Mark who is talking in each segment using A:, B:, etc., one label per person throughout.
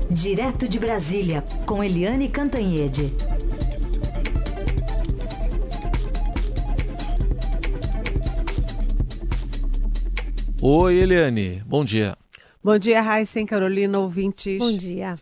A: Direto de Brasília, com Eliane Cantanhede.
B: Oi, Eliane. Bom dia.
C: Bom dia, Raíssa e Carolina, ouvintes.
D: Bom dia.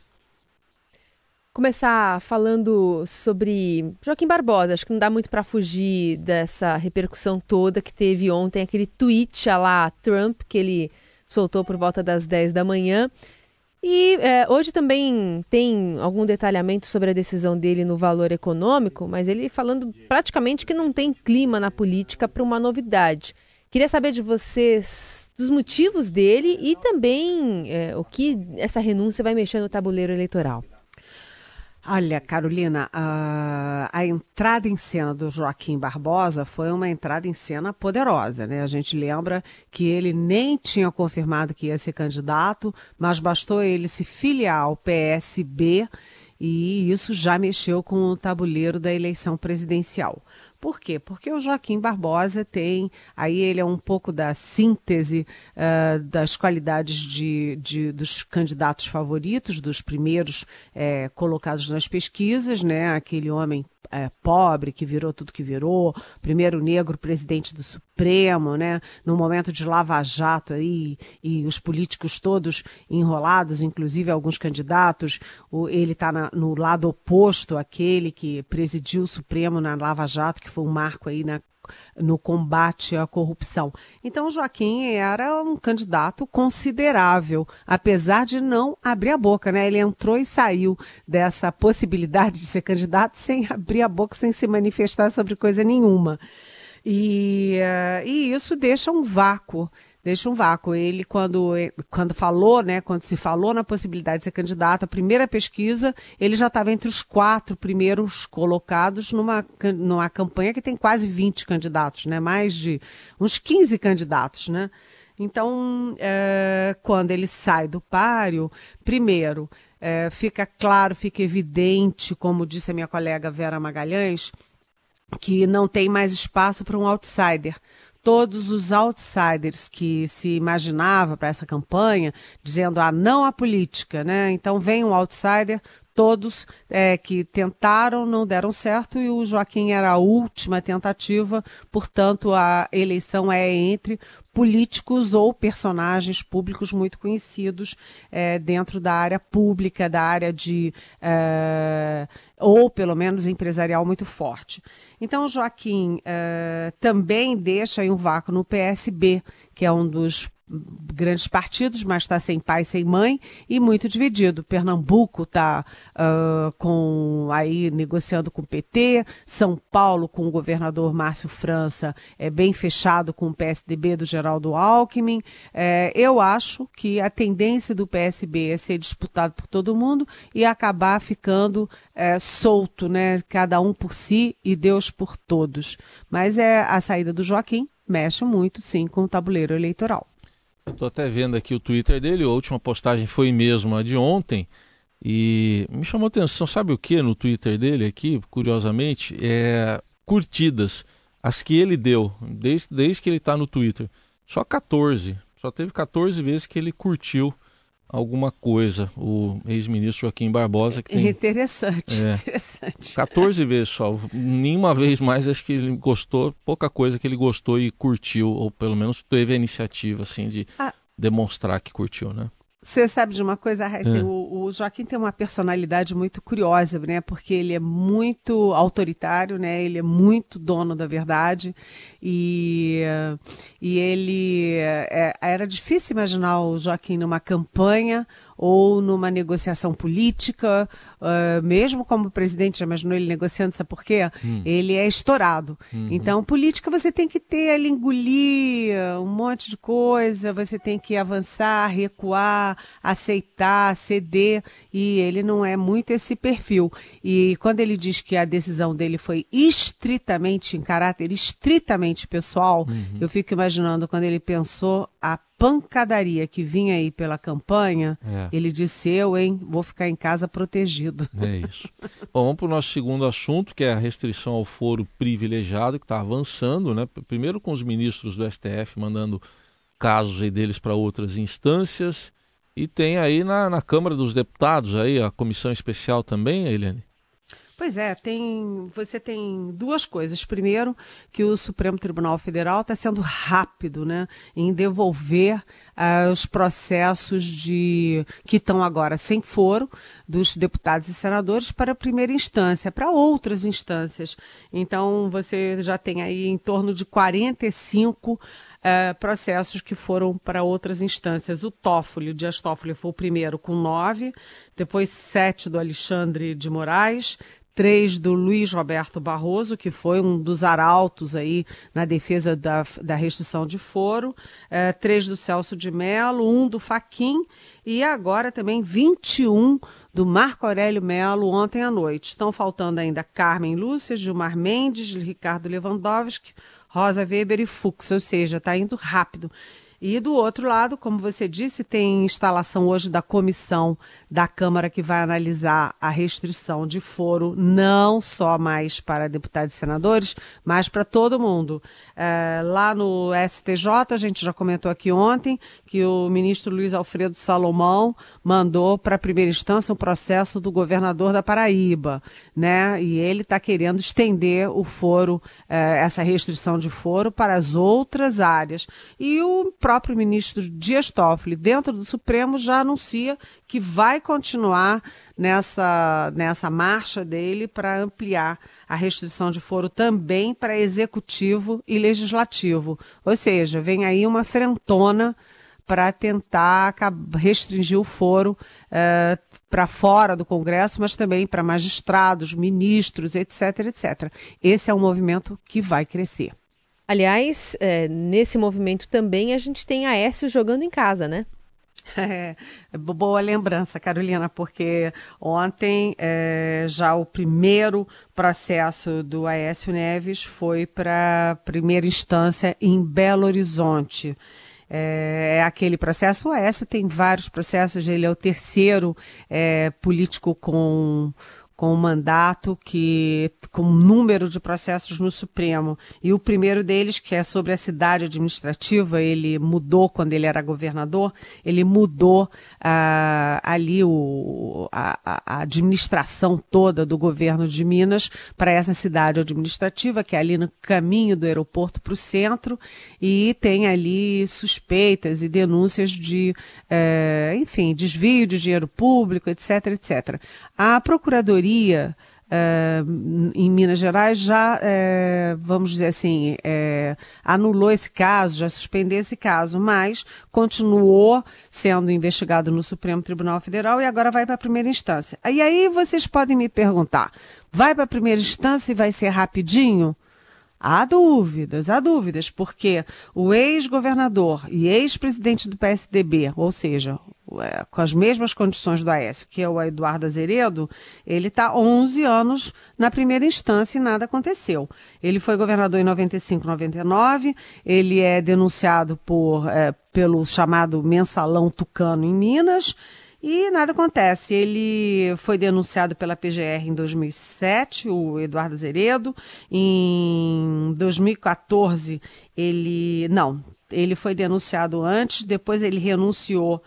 D: Começar falando sobre Joaquim Barbosa. Acho que não dá muito para fugir dessa repercussão toda que teve ontem, aquele tweet à la Trump que ele soltou por volta das 10 da manhã. E hoje também tem algum detalhamento sobre a decisão dele no Valor Econômico, mas ele falando praticamente que não tem clima na política para uma novidade. Queria saber de vocês dos motivos dele e também o que essa renúncia vai mexer no tabuleiro eleitoral.
C: Olha, Carolina, a entrada em cena do Joaquim Barbosa foi uma entrada em cena poderosa, né? A gente lembra que ele nem tinha confirmado que ia ser candidato, mas bastou ele se filiar ao PSB e isso já mexeu com o tabuleiro da eleição presidencial. Por quê? Porque o Joaquim Barbosa aí ele é um pouco da síntese das qualidades dos candidatos favoritos, dos primeiros colocados nas pesquisas, né? Aquele homem pobre que virou tudo que virou, primeiro negro presidente do Supremo, né? No momento de Lava Jato aí, e os políticos todos enrolados, inclusive alguns candidatos, ele está no lado oposto àquele que presidiu o Supremo na Lava Jato, que foi um marco aí no combate à corrupção. Então, o Joaquim era um candidato considerável, apesar de não abrir a boca, né? Ele entrou e saiu dessa possibilidade de ser candidato sem abrir a boca, sem se manifestar sobre coisa nenhuma. E isso deixa um vácuo. Ele, quando falou, né, quando se falou na possibilidade de ser candidato, a primeira pesquisa, ele já estava entre os 4 primeiros colocados numa campanha que tem quase 20 candidatos, né, mais de uns 15 candidatos, né? Então, quando ele sai do páreo, primeiro, fica claro, fica evidente, como disse a minha colega Vera Magalhães, que não tem mais espaço para um outsider. Todos os outsiders que se imaginava para essa campanha, dizendo não à política, né? Então vem um outsider, todos que tentaram não deram certo e o Joaquim era a última tentativa, portanto a eleição é entre políticos ou personagens públicos muito conhecidos dentro da área pública, da área ou pelo menos empresarial muito forte. Então o Joaquim também deixa aí um vácuo no PSB, que é um dos grandes partidos, mas está sem pai, sem mãe e muito dividido. Pernambuco está aí negociando com o PT, São Paulo com o governador Márcio França bem fechado com o PSDB do Geraldo Alckmin. Eu acho que a tendência do PSB é ser disputado por todo mundo e acabar ficando solto, né? Cada um por si e Deus por todos. Mas a saída do Joaquim mexe muito, sim, com o tabuleiro eleitoral.
B: Eu estou até vendo aqui o Twitter dele, a última postagem foi mesmo a de ontem, e me chamou a atenção, sabe o que no Twitter dele aqui, curiosamente? Curtidas, as que ele deu, desde que ele está no Twitter. Só teve 14 vezes que ele curtiu alguma coisa, o ex-ministro Joaquim Barbosa. Que tem,
C: interessante.
B: 14 vezes só, nenhuma vez mais acho que ele gostou, pouca coisa que ele gostou e curtiu, ou pelo menos teve a iniciativa assim, de demonstrar que curtiu, né?
C: Você sabe de uma coisa, Raíssa? O Joaquim tem uma personalidade muito curiosa, né? Porque ele é muito autoritário, né? Ele é muito dono da verdade e ele era difícil imaginar o Joaquim numa campanha ou numa negociação política, mesmo como presidente, já imaginou ele negociando, sabe por quê? Ele é estourado. Então, política você tem que engolir um monte de coisa, você tem que avançar, recuar, aceitar, ceder, e ele não é muito esse perfil. E quando ele diz que a decisão dele foi em caráter estritamente pessoal, eu fico imaginando quando ele pensou a pancadaria que vinha aí pela campanha, ele disse, vou ficar em casa protegido.
B: É isso. Bom, vamos para o nosso segundo assunto, que é a restrição ao foro privilegiado, que está avançando, né? Primeiro com os ministros do STF mandando casos aí deles para outras instâncias, E tem aí na Câmara dos Deputados aí a comissão especial também, Eliane?
C: Pois é, você tem duas coisas. Primeiro, que o Supremo Tribunal Federal está sendo rápido, né, em devolver os processos que estão agora sem foro dos deputados e senadores para a primeira instância, para outras instâncias. Então, você já tem aí em torno de 45 processos que foram para outras instâncias. O Dias Toffoli foi o primeiro com 9, depois 7 do Alexandre de Moraes, 3 do Luiz Roberto Barroso, que foi um dos arautos aí na defesa da restrição de foro, 3 do Celso de Mello, 1 do Fachin e agora também 21 do Marco Aurélio Mello ontem à noite. Estão faltando ainda Carmen Lúcia, Gilmar Mendes, Ricardo Lewandowski, Rosa Weber e Fux, ou seja, está indo rápido. E do outro lado, como você disse, tem instalação hoje da comissão da Câmara que vai analisar a restrição de foro, não só mais para deputados e senadores, mas para todo mundo. Lá no STJ, a gente já comentou aqui ontem que o ministro Luiz Alfredo Salomão mandou para a primeira instância um processo do governador da Paraíba, né? E ele está querendo estender o foro, essa restrição de foro para as outras áreas. E o próprio ministro Dias Toffoli, dentro do Supremo, já anuncia que vai continuar nessa marcha dele para ampliar a restrição de foro também para executivo e legislativo. Ou seja, vem aí uma frentona para tentar restringir o foro para fora do Congresso, mas também para magistrados, ministros, etc, etc. Esse é um movimento que vai crescer.
D: Aliás, nesse movimento também a gente tem Aécio jogando em casa, né?
C: Boa lembrança, Carolina, porque ontem já o primeiro processo do Aécio Neves foi para a primeira instância em Belo Horizonte. É aquele processo, o Aécio tem vários processos, ele é o terceiro político com mandato, com número de processos no Supremo. E o primeiro deles, que é sobre a cidade administrativa, ele mudou quando ele era governador, ele mudou ali a administração toda do governo de Minas para essa cidade administrativa, que é ali no caminho do aeroporto para o centro, e tem ali suspeitas e denúncias de, enfim, desvio de dinheiro público, etc, etc. A Procuradoria em Minas Gerais já, vamos dizer assim, anulou esse caso, já suspendeu esse caso, mas continuou sendo investigado no Supremo Tribunal Federal e agora vai para a primeira instância. E aí vocês podem me perguntar, vai para a primeira instância e vai ser rapidinho? Há dúvidas, porque o ex-governador e ex-presidente do PSDB, ou seja, com as mesmas condições do Aécio, que é o Eduardo Azeredo, ele está 11 anos na primeira instância e nada aconteceu. Ele foi governador em 95, 99, ele é denunciado pelo chamado mensalão tucano em Minas, e nada acontece. Ele foi denunciado pela PGR em 2007, o Eduardo Azeredo. Em 2014, ele foi denunciado antes, depois ele renunciou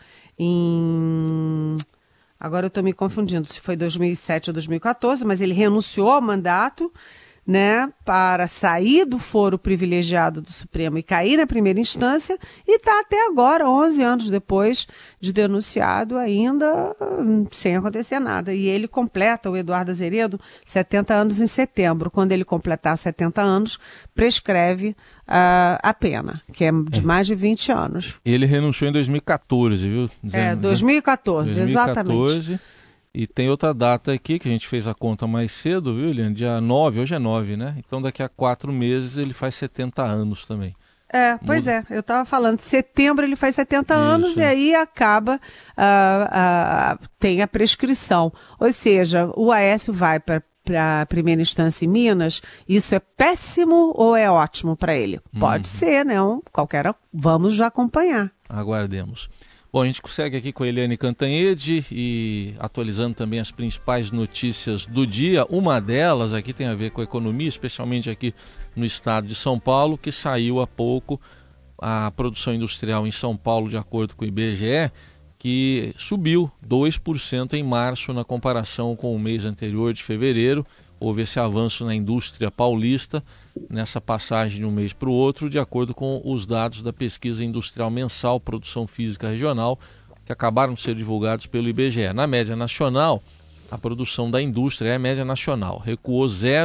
C: agora eu estou me confundindo se foi 2007 ou 2014, mas ele renunciou ao mandato, né, para sair do foro privilegiado do Supremo e cair na primeira instância, e está até agora, 11 anos depois de denunciado, ainda sem acontecer nada. E ele completa, o Eduardo Azeredo, 70 anos em setembro. Quando ele completar 70 anos, prescreve a pena, que é de mais de 20 anos.
B: Ele renunciou em 2014, viu?
C: 2014, exatamente.
B: E tem outra data aqui, que a gente fez a conta mais cedo, viu, Eliane? Dia 9, hoje é 9, né? Então daqui a 4 meses ele faz 70 anos também.
C: Pois é, eu estava falando, setembro ele faz 70 anos e aí acaba, tem a prescrição. Ou seja, o Aécio vai para a primeira instância em Minas, isso é péssimo ou é ótimo para ele? Pode ser, né? Vamos já acompanhar.
B: Aguardemos. Bom, a gente segue aqui com a Eliane Cantanhede e atualizando também as principais notícias do dia. Uma delas aqui tem a ver com a economia, especialmente aqui no estado de São Paulo, que saiu há pouco a produção industrial em São Paulo, de acordo com o IBGE, que subiu 2% em março na comparação com o mês anterior de fevereiro. Houve esse avanço na indústria paulista nessa passagem de um mês para o outro, de acordo com os dados da Pesquisa Industrial Mensal Produção Física Regional, que acabaram de ser divulgados pelo IBGE. Na média nacional, a produção da indústria é a média nacional, recuou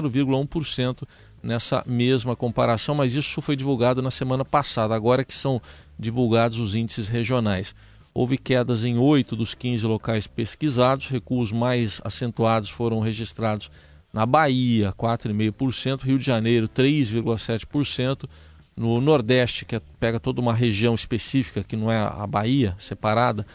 B: 0,1% nessa mesma comparação, mas isso foi divulgado na semana passada, agora que são divulgados os índices regionais. Houve quedas em 8 dos 15 locais pesquisados, recuos mais acentuados foram registrados na Bahia, 4,5%, Rio de Janeiro, 3,7%, no Nordeste, que pega toda uma região específica, que não é a Bahia, separada,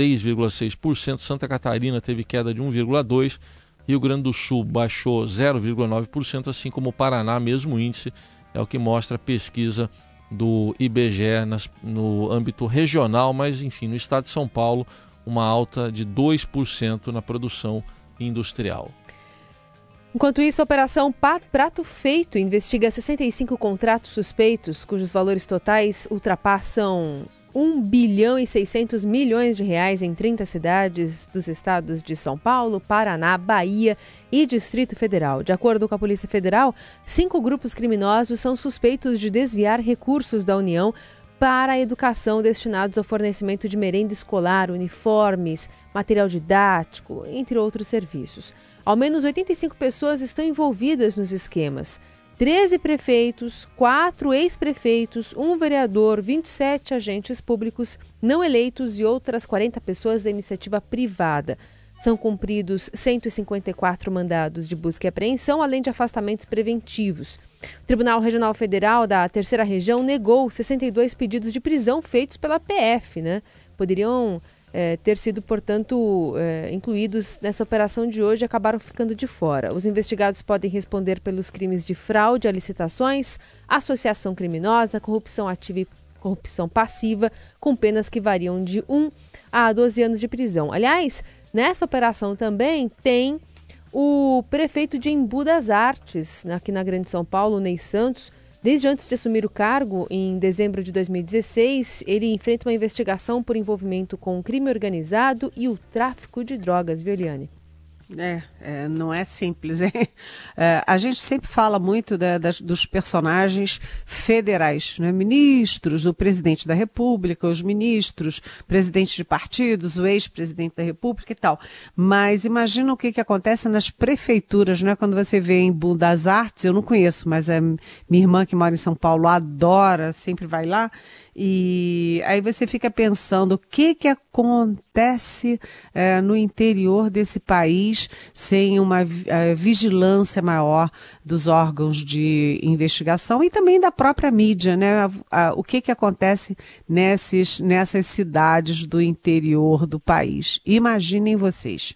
B: 3,6%, Santa Catarina teve queda de 1,2%, Rio Grande do Sul baixou 0,9%, assim como o Paraná, mesmo índice, é o que mostra a pesquisa do IBGE no âmbito regional, mas enfim, no estado de São Paulo, uma alta de 2% na produção industrial.
D: Enquanto isso, a Operação Prato Feito investiga 65 contratos suspeitos, cujos valores totais ultrapassam 1 bilhão e 600 milhões de reais em 30 cidades dos estados de São Paulo, Paraná, Bahia e Distrito Federal. De acordo com a Polícia Federal, 5 grupos criminosos são suspeitos de desviar recursos da União para a educação destinados ao fornecimento de merenda escolar, uniformes, material didático, entre outros serviços. Ao menos 85 pessoas estão envolvidas nos esquemas. 13 prefeitos, 4 ex-prefeitos, 1 vereador, 27 agentes públicos não eleitos e outras 40 pessoas da iniciativa privada. São cumpridos 154 mandados de busca e apreensão, além de afastamentos preventivos. O Tribunal Regional Federal da Terceira Região negou 62 pedidos de prisão feitos pela PF, Poderiam ter sido, portanto, incluídos nessa operação de hoje e acabaram ficando de fora. Os investigados podem responder pelos crimes de fraude a licitações, associação criminosa, corrupção ativa e corrupção passiva, com penas que variam de 1 a 12 anos de prisão. Aliás, nessa operação também tem o prefeito de Embu das Artes, aqui na Grande São Paulo, Ney Santos. Desde antes de assumir o cargo, em dezembro de 2016, ele enfrenta uma investigação por envolvimento com o crime organizado e o tráfico de drogas, Eliane.
C: Não é simples, hein? A gente sempre fala muito dos personagens federais, ministros, o presidente da República, os ministros, presidentes de partidos, o ex-presidente da República e tal. Mas imagina o que acontece nas prefeituras, quando você vê em Embu das Artes, eu não conheço, mas minha irmã que mora em São Paulo adora, sempre vai lá. E aí você fica pensando o que acontece no interior desse país sem uma vigilância maior dos órgãos de investigação e também da própria mídia, o que acontece nessas cidades do interior do país. Imaginem vocês.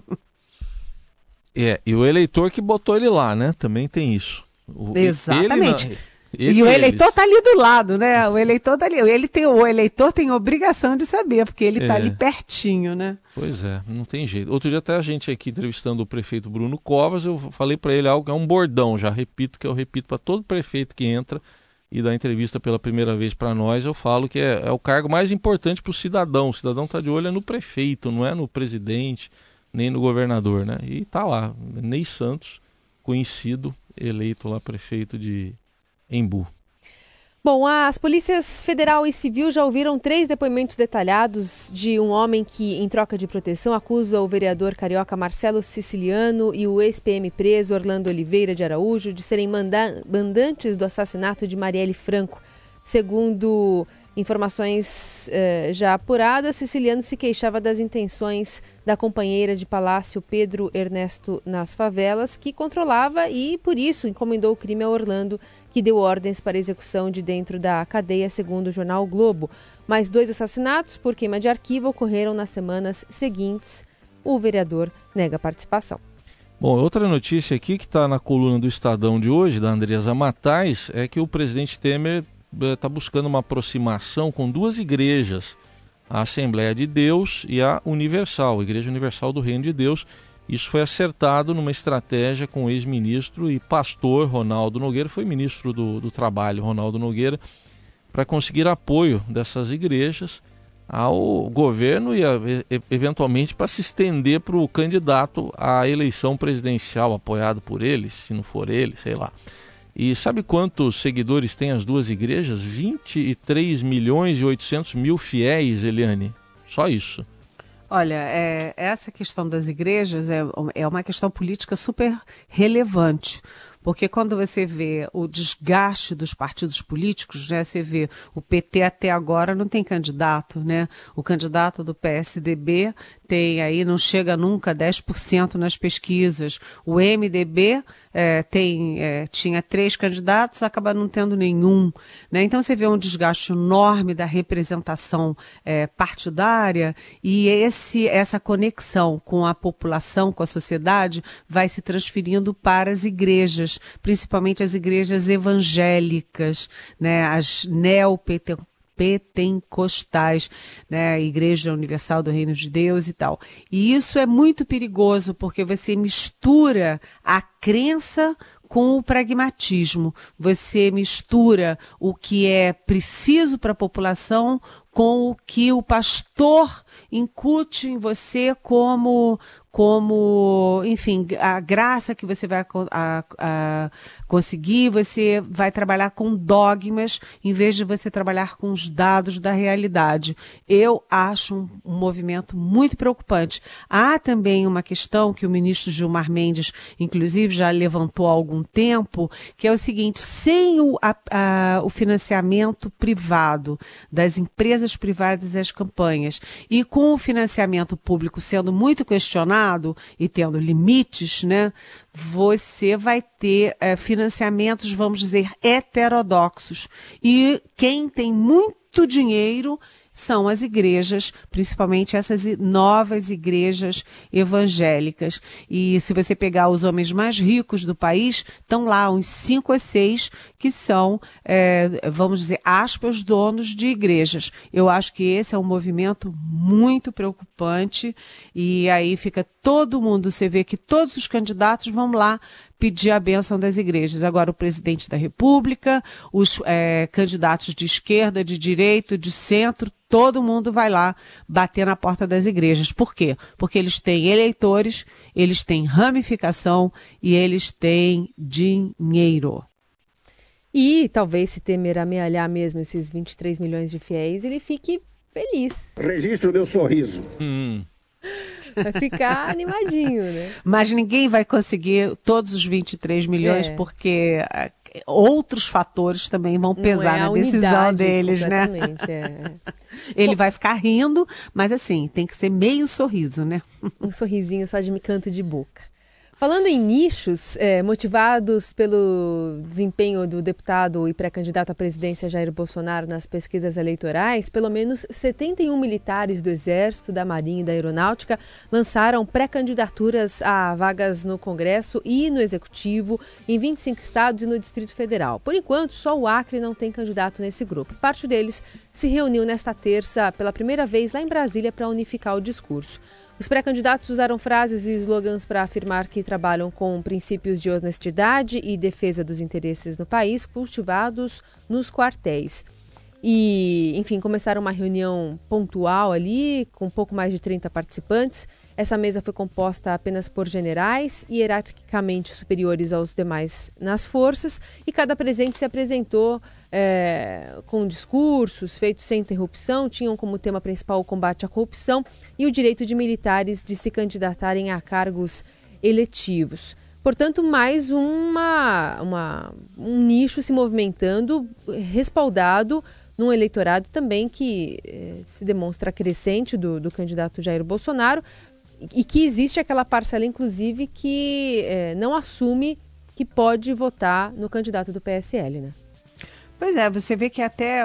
B: E o eleitor que botou ele lá, Também tem isso.
C: Exatamente. E o eleitor está ali do lado, O eleitor está ali. O eleitor tem obrigação de saber, porque ele está ali pertinho,
B: Pois é, não tem jeito. Outro dia até a gente aqui entrevistando o prefeito Bruno Covas, eu falei para ele algo que é um bordão, já repito, que eu repito para todo prefeito que entra e dá entrevista pela primeira vez para nós, eu falo que é o cargo mais importante para o cidadão. O cidadão está de olho no prefeito, não é no presidente, nem no governador, E está lá, Ney Santos, conhecido, eleito lá prefeito de Embu.
D: Bom, as polícias federal e civil já ouviram 3 depoimentos detalhados de um homem que, em troca de proteção, acusa o vereador carioca Marcelo Siciliano e o ex-PM preso Orlando Oliveira de Araújo de serem mandantes do assassinato de Marielle Franco. Segundo informações já apuradas, Siciliano se queixava das intenções da companheira de palácio Pedro Ernesto nas favelas, que controlava e, por isso, encomendou o crime a Orlando, que deu ordens para execução de dentro da cadeia, segundo o jornal o Globo. Mais 2 assassinatos por queima de arquivo ocorreram nas semanas seguintes. O vereador nega a participação.
B: Bom, outra notícia aqui que está na coluna do Estadão de hoje, da Andresa Matais, é que o presidente Temer está buscando uma aproximação com 2 igrejas, a Assembleia de Deus e a Universal, a Igreja Universal do Reino de Deus. Isso foi acertado numa estratégia com o ex-ministro e pastor Ronaldo Nogueira, foi ministro do Trabalho, Ronaldo Nogueira, para conseguir apoio dessas igrejas ao governo e eventualmente para se estender para o candidato à eleição presidencial apoiado por ele, se não for ele, sei lá. E sabe quantos seguidores têm as duas igrejas? 23.800.000 fiéis, Eliane. Só isso.
C: Olha, essa questão das igrejas é uma questão política super relevante. Porque quando você vê o desgaste dos partidos políticos, né, você vê o PT até agora não tem candidato, né? O candidato do PSDB não chega nunca a 10% nas pesquisas. O MDB tinha 3 candidatos, acaba não tendo nenhum, né? Então você vê um desgaste enorme da representação partidária e essa conexão com a população, com a sociedade, vai se transferindo para as igrejas, principalmente as igrejas evangélicas, né, as neopentecostais, né, a Igreja Universal do Reino de Deus e tal. E isso é muito perigoso, porque você mistura a crença com o pragmatismo. Você mistura o que é preciso para a população com o que o pastor incute em você como enfim, a graça que você vai conseguir. Você vai trabalhar com dogmas em vez de você trabalhar com os dados da realidade. Eu acho um movimento muito preocupante. Há também uma questão que o ministro Gilmar Mendes, inclusive, já levantou há algum tempo, que é o seguinte: sem o financiamento privado das empresas privadas e as campanhas, e com o financiamento público sendo muito questionado e tendo limites, né, você vai ter financiamentos, vamos dizer, heterodoxos. E quem tem muito dinheiro são as igrejas, principalmente essas novas igrejas evangélicas. E se você pegar os homens mais ricos do país, estão lá uns 5 a 6 que são, vamos dizer, aspas, donos de igrejas. Eu acho que esse é um movimento muito preocupante e aí fica todo mundo, você vê que todos os candidatos vão lá pedir a bênção das igrejas. Agora, o presidente da República, os candidatos de esquerda, de direita, de centro, todo mundo vai lá bater na porta das igrejas. Por quê? Porque eles têm eleitores, eles têm ramificação e eles têm dinheiro.
D: E talvez, se Temer amealhar mesmo esses 23 milhões de fiéis, ele fique feliz.
E: Registro meu sorriso.
D: Vai ficar animadinho, né?
C: Mas ninguém vai conseguir todos os 23 milhões porque outros fatores também vão pesar na decisão deles, né? Ele vai ficar rindo, mas assim, tem que ser meio sorriso, né?
D: Um sorrisinho só de canto de boca. Falando em nichos, motivados pelo desempenho do deputado e pré-candidato à presidência Jair Bolsonaro nas pesquisas eleitorais, pelo menos 71 militares do Exército, da Marinha e da Aeronáutica lançaram pré-candidaturas a vagas no Congresso e no Executivo em 25 estados e no Distrito Federal. Por enquanto, só o Acre não tem candidato nesse grupo. Parte deles se reuniu nesta terça pela primeira vez lá em Brasília para unificar o discurso. Os pré-candidatos usaram frases e slogans para afirmar que trabalham com princípios de honestidade e defesa dos interesses no país cultivados nos quartéis. E, enfim, começaram uma reunião pontual ali, com pouco mais de 30 participantes. Essa mesa foi composta apenas por generais, hierarquicamente superiores aos demais nas forças, e cada presente se apresentou com discursos feitos sem interrupção, tinham como tema principal o combate à corrupção e o direito de militares de se candidatarem a cargos eletivos. Portanto, mais um nicho se movimentando, respaldado num eleitorado também que se demonstra crescente do candidato Jair Bolsonaro, e que existe aquela parcela, inclusive, que não assume que pode votar no candidato do PSL, né?
C: Pois é, você vê que até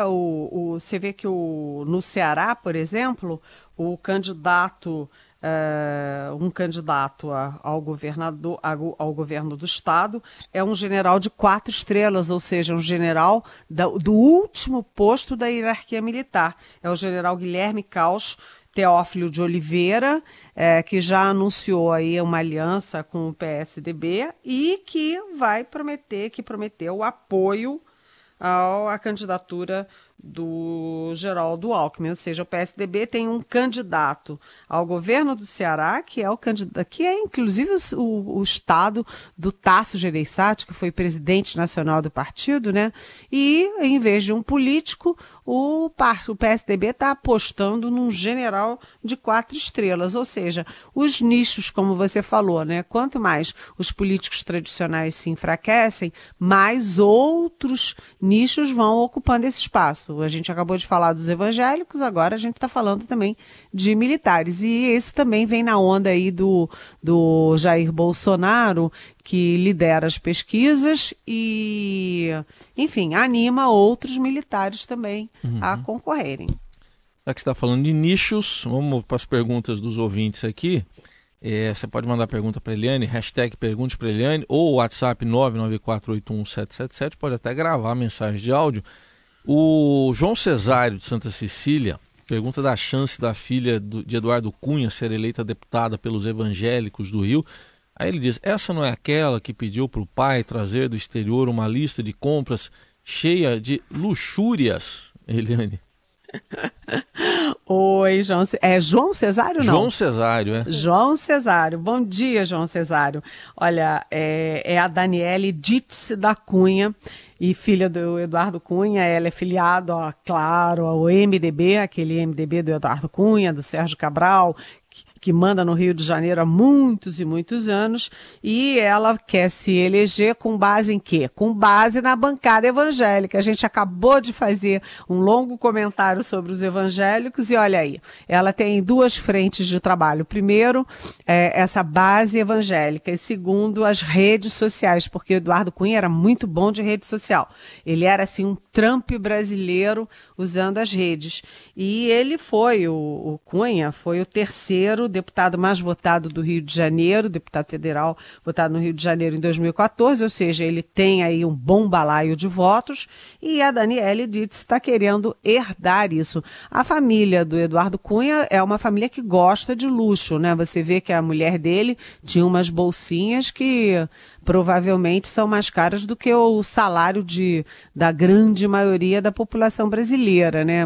C: no Ceará, por exemplo, o candidato, um candidato ao governo do estado é um general de 4 estrelas, ou seja, um general do último posto da hierarquia militar. É o general Guilherme Caus Teófilo de Oliveira, que já anunciou aí uma aliança com o PSDB e que prometeu o apoio à candidatura do Geraldo Alckmin, ou seja, o PSDB tem um candidato ao governo do Ceará, que é o candidato, que é inclusive o estado do Tasso Gereissati, que foi presidente nacional do partido, né? E em vez de um político, o PSDB está apostando num general de 4 estrelas, ou seja, os nichos, como você falou, né? Quanto mais os políticos tradicionais se enfraquecem, mais outros nichos vão ocupando esse espaço. A gente acabou de falar dos evangélicos, agora a gente está falando também de militares. E isso também vem na onda aí do Jair Bolsonaro, que lidera as pesquisas e, enfim, anima outros militares também a concorrerem.
B: Já que você está falando de nichos, vamos para as perguntas dos ouvintes aqui. Você pode mandar pergunta para a Eliane, #pergunte para a Eliane, ou WhatsApp 994811777, pode até gravar mensagem de áudio. O João Cesário, de Santa Cecília, pergunta da chance da filha de Eduardo Cunha ser eleita deputada pelos evangélicos do Rio. Aí ele diz, essa não é aquela que pediu para o pai trazer do exterior uma lista de compras cheia de luxúrias, Eliane?
C: Oi, João. É João Cesário, não?
B: João Cesário, é.
C: João Cesário. Bom dia, João Cesário. Olha, é a Daniele Ditz da Cunha, e filha do Eduardo Cunha. Ela é filiada, claro, ao MDB, aquele MDB do Eduardo Cunha, do Sérgio Cabral, que manda no Rio de Janeiro há muitos e muitos anos, e ela quer se eleger com base em quê? Com base na bancada evangélica. A gente acabou de fazer um longo comentário sobre os evangélicos e olha aí, ela tem 2 frentes de trabalho. Primeiro, essa base evangélica, e segundo, as redes sociais, porque o Eduardo Cunha era muito bom de rede social. Ele era assim um Trump brasileiro usando as redes. E ele foi, o Cunha, foi o 3º deputado mais votado do Rio de Janeiro, deputado federal votado no Rio de Janeiro em 2014, ou seja, ele tem aí um bom balaio de votos, e a Daniele Ditz está querendo herdar isso. A família do Eduardo Cunha é uma família que gosta de luxo, né? Você vê que a mulher dele tinha umas bolsinhas que provavelmente são mais caras do que o salário da grande maioria da população brasileira, né?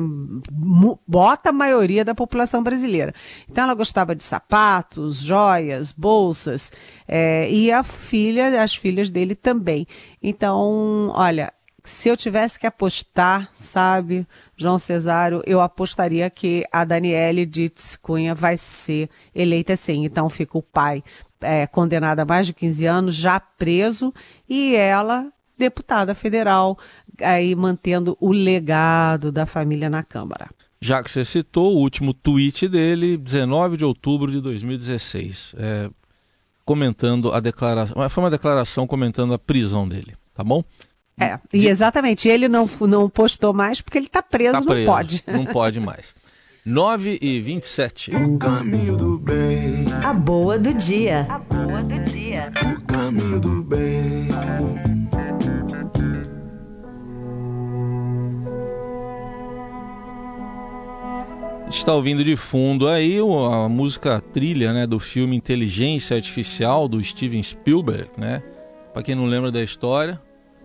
C: Bota a maioria da população brasileira. Então ela gostava de sapatos, joias, bolsas, e as filhas dele também. Então, olha, se eu tivesse que apostar, sabe, João Cesário, eu apostaria que a Daniele Ditz Cunha vai ser eleita sim. Então fica o pai condenado a mais de 15 anos, já preso, e ela, deputada federal, aí mantendo o legado da família na Câmara.
B: Já que você citou o último tweet dele, 19 de outubro de 2016, comentando a declaração, foi uma declaração comentando a prisão dele, tá bom?
C: E exatamente, ele não postou mais porque ele está preso, não pode.
B: Não pode mais. 9h27.
F: O caminho do bem.
A: A boa do dia.
F: A boa do dia. O caminho do bem.
B: Está ouvindo de fundo aí a música trilha, né, do filme Inteligência Artificial do Steven Spielberg, né? Para quem não lembra da história,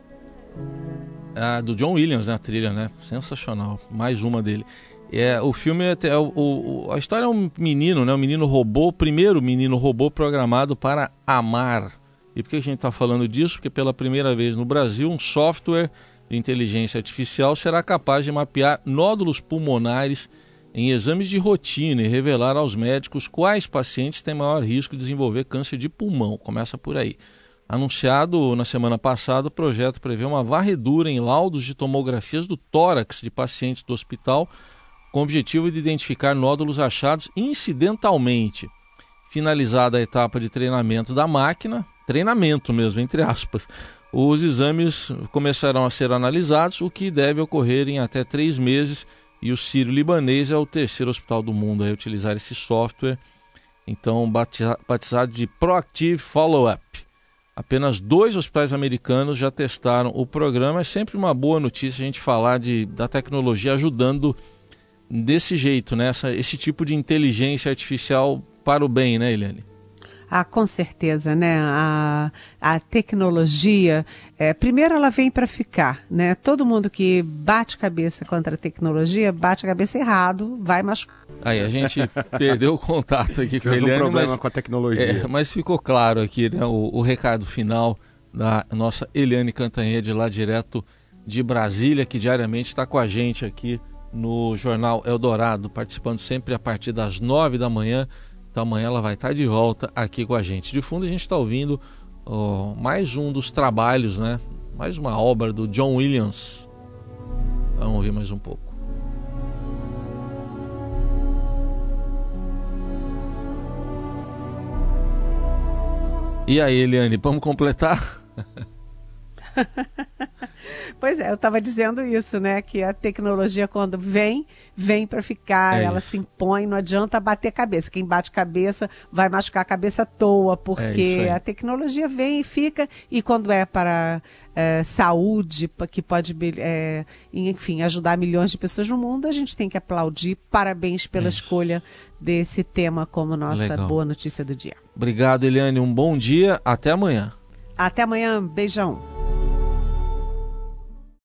B: do John Williams, né, a trilha, né? Sensacional, mais uma dele. O filme a história é um menino, né? Um menino robô, o primeiro menino robô programado para amar. E por que a gente está falando disso? Porque pela primeira vez no Brasil, um software de inteligência artificial será capaz de mapear nódulos pulmonares em exames de rotina e revelar aos médicos quais pacientes têm maior risco de desenvolver câncer de pulmão. Começa por aí. Anunciado na semana passada, o projeto prevê uma varredura em laudos de tomografias do tórax de pacientes do hospital, com o objetivo de identificar nódulos achados incidentalmente. Finalizada a etapa de treinamento da máquina, treinamento mesmo, entre aspas, os exames começarão a ser analisados, o que deve ocorrer em até 3 meses, e o Sírio-Libanês é o 3º hospital do mundo a utilizar esse software, então batizado de Proactive Follow-up. Apenas 2 hospitais americanos já testaram o programa. É sempre uma boa notícia a gente falar da tecnologia ajudando desse jeito, né? Esse tipo de inteligência artificial para o bem, né, Eliane?
C: Com certeza, né? A tecnologia, primeiro ela vem para ficar, né? Todo mundo que bate cabeça contra a tecnologia, bate a cabeça errado, vai machucar.
B: Aí a gente perdeu o contato aqui com a Eliane,
G: um problema com a tecnologia.
B: Mas ficou claro aqui, né, o recado final da nossa Eliane Cantanhede, lá direto de Brasília, que diariamente está com a gente aqui no Jornal Eldorado, participando sempre a partir das 9 da manhã. Então amanhã ela vai estar de volta aqui com a gente. De fundo a gente está ouvindo mais um dos trabalhos, né? Mais uma obra do John Williams. Vamos ouvir mais um pouco. E aí, Eliane, vamos completar?
C: Pois é, eu estava dizendo isso, né? Que a tecnologia, quando vem para ficar, ela se impõe, não adianta bater cabeça. Quem bate cabeça vai machucar a cabeça à toa, porque a tecnologia vem e fica, e quando é para saúde, que pode, enfim, ajudar milhões de pessoas no mundo, a gente tem que aplaudir. Parabéns pela escolha desse tema como nossa boa notícia do dia.
B: Obrigado, Eliane. Um bom dia. Até amanhã.
C: Até amanhã. Beijão.